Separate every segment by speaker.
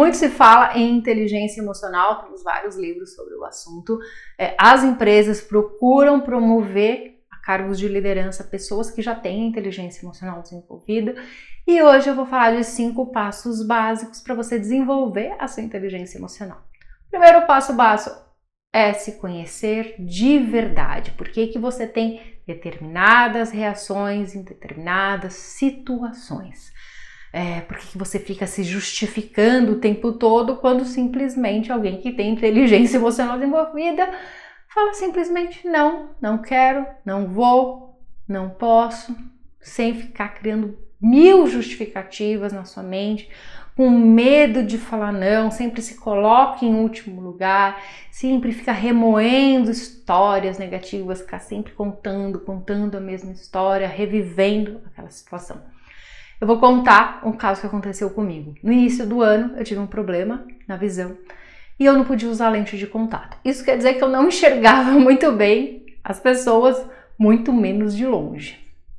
Speaker 1: Muito se fala em inteligência emocional, temos vários livros sobre o assunto. As empresas procuram promover a cargos de liderança pessoas que já têm inteligência emocional desenvolvida. E hoje eu vou falar de 5 passos básicos para você desenvolver a sua inteligência emocional. O primeiro passo básico é se conhecer de verdade. Por que você tem determinadas reações em determinadas situações? Por que você fica se justificando o tempo todo quando simplesmente alguém que tem inteligência emocional desenvolvida fala simplesmente não quero, não vou, não posso, sem ficar criando 1000 justificativas na sua mente, com medo de falar não, sempre se coloca em último lugar, sempre fica remoendo histórias negativas, ficar sempre contando a mesma história, revivendo aquela situação. Eu vou contar um caso que aconteceu comigo. No início do ano, eu tive um problema na visão e eu não podia usar lente de contato. Isso quer dizer que eu não enxergava muito bem as pessoas, muito menos de longe.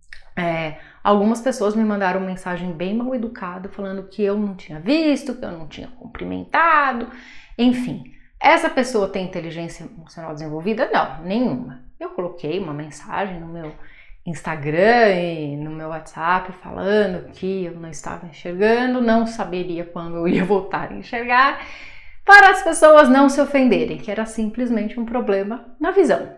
Speaker 1: Algumas pessoas me mandaram uma mensagem bem mal educada, falando que eu não tinha visto, que eu não tinha cumprimentado, enfim. Essa pessoa tem inteligência emocional desenvolvida? Não, nenhuma. Eu coloquei uma mensagem no meu Instagram e no meu WhatsApp falando que eu não estava enxergando, não saberia quando eu ia voltar a enxergar, para as pessoas não se ofenderem, que era simplesmente um problema na visão.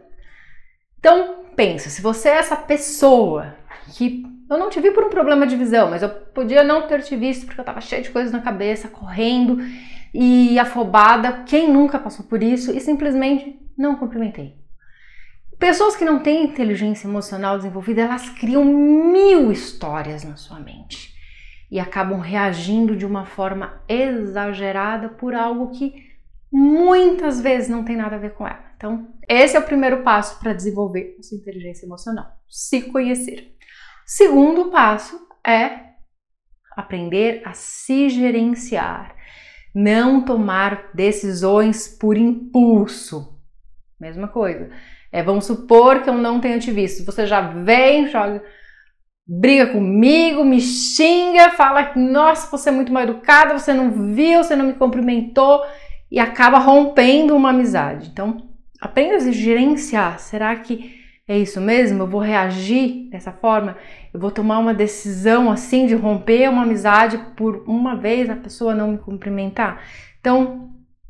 Speaker 1: Então, pensa, se você é essa pessoa que eu não te vi por um problema de visão, mas eu podia não ter te visto porque eu estava cheia de coisas na cabeça, correndo e afobada, quem nunca passou por isso e simplesmente não cumprimentei. Pessoas que não têm inteligência emocional desenvolvida, elas criam 1000 histórias na sua mente e acabam reagindo de uma forma exagerada por algo que muitas vezes não tem nada a ver com ela. Então, esse é o primeiro passo para desenvolver a sua inteligência emocional, se conhecer. O segundo passo é aprender a se gerenciar, não tomar decisões por impulso. Mesma coisa. Vamos supor que eu não tenha te visto. Você já vem, briga comigo, me xinga, fala que, nossa, você é muito mal educada, você não viu, você não me cumprimentou e acaba rompendo uma amizade. Então, aprenda a se gerenciar. Será que é isso mesmo? Eu vou reagir dessa forma? Eu vou tomar uma decisão assim de romper uma amizade por uma vez a pessoa não me cumprimentar? Então,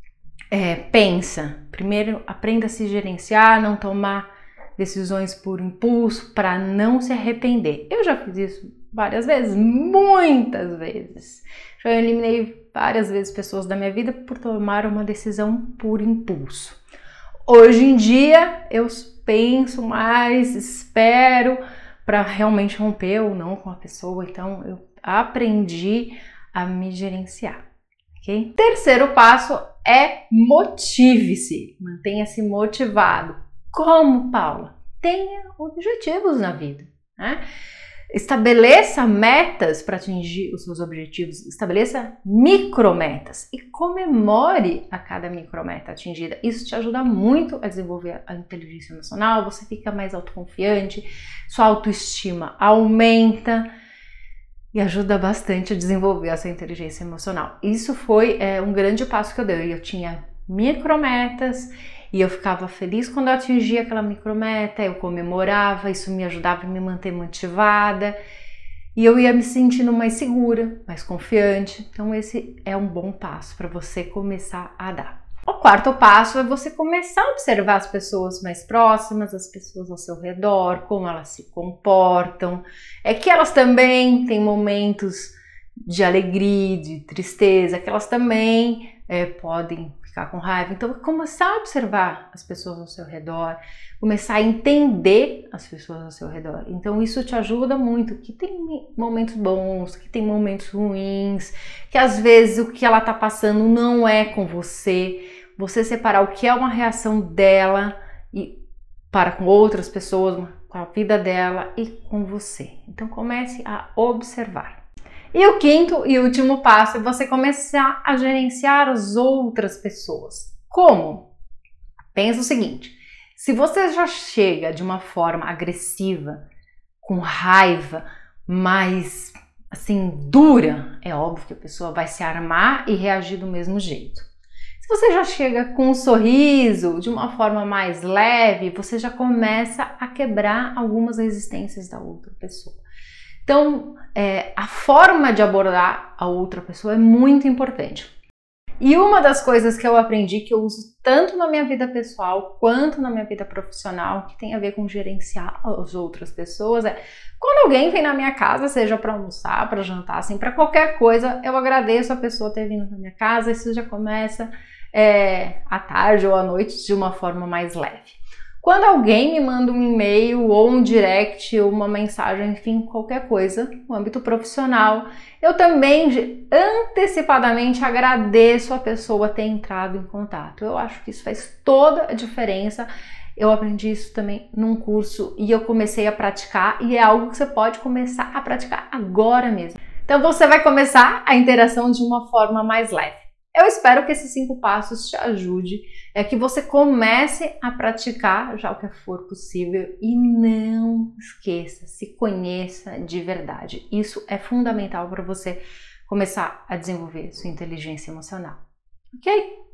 Speaker 1: pensa. Primeiro, aprenda a se gerenciar, não tomar decisões por impulso para não se arrepender. Eu já fiz isso várias vezes, muitas vezes. Já eliminei várias vezes pessoas da minha vida por tomar uma decisão por impulso. Hoje em dia, eu penso mais, espero para realmente romper ou não com a pessoa. Então, eu aprendi a me gerenciar. Okay? Terceiro passo é motive-se, mantenha-se motivado. Como, Paula? Tenha objetivos na vida, né? Estabeleça metas para atingir os seus objetivos, estabeleça micrometas e comemore a cada micrometa atingida. Isso te ajuda muito a desenvolver a inteligência emocional, você fica mais autoconfiante, sua autoestima aumenta e ajuda bastante a desenvolver a sua inteligência emocional. Isso foi um grande passo que eu dei. Eu tinha micrometas e eu ficava feliz quando eu atingia aquela micrometa, eu comemorava, isso me ajudava a me manter motivada e eu ia me sentindo mais segura, mais confiante. Então esse é um bom passo para você começar a dar. O quarto passo é você começar a observar as pessoas mais próximas, as pessoas ao seu redor, como elas se comportam. Que elas também têm momentos de alegria, de tristeza, que elas também podem ficar com raiva. Então, começar a observar as pessoas ao seu redor, começar a entender as pessoas ao seu redor. Então, isso te ajuda muito, que tem momentos bons, que tem momentos ruins, que às vezes o que ela tá passando não é com você. Você separar o que é uma reação dela e para com outras pessoas, com a vida dela e com você. Então, comece a observar. E o quinto e último passo é você começar a gerenciar as outras pessoas. Como? Pensa o seguinte, se você já chega de uma forma agressiva, com raiva, mais assim, dura, é óbvio que a pessoa vai se armar e reagir do mesmo jeito. Se você já chega com um sorriso, de uma forma mais leve, você já começa a quebrar algumas resistências da outra pessoa. Então, a forma de abordar a outra pessoa é muito importante. E uma das coisas que eu aprendi, que eu uso tanto na minha vida pessoal quanto na minha vida profissional, que tem a ver com gerenciar as outras pessoas, é quando alguém vem na minha casa, seja para almoçar, para jantar, assim, para qualquer coisa, eu agradeço a pessoa ter vindo na minha casa. Isso já começa à tarde ou à noite de uma forma mais leve. Quando alguém me manda um e-mail ou um direct ou uma mensagem, enfim, qualquer coisa no âmbito profissional, eu também antecipadamente agradeço a pessoa ter entrado em contato. Eu acho que isso faz toda a diferença. Eu aprendi isso também num curso e eu comecei a praticar, e é algo que você pode começar a praticar agora mesmo. Então você vai começar a interação de uma forma mais leve. Eu espero que esses 5 passos te ajudem, que você comece a praticar já o que for possível e não esqueça, se conheça de verdade. Isso é fundamental para você começar a desenvolver sua inteligência emocional, ok?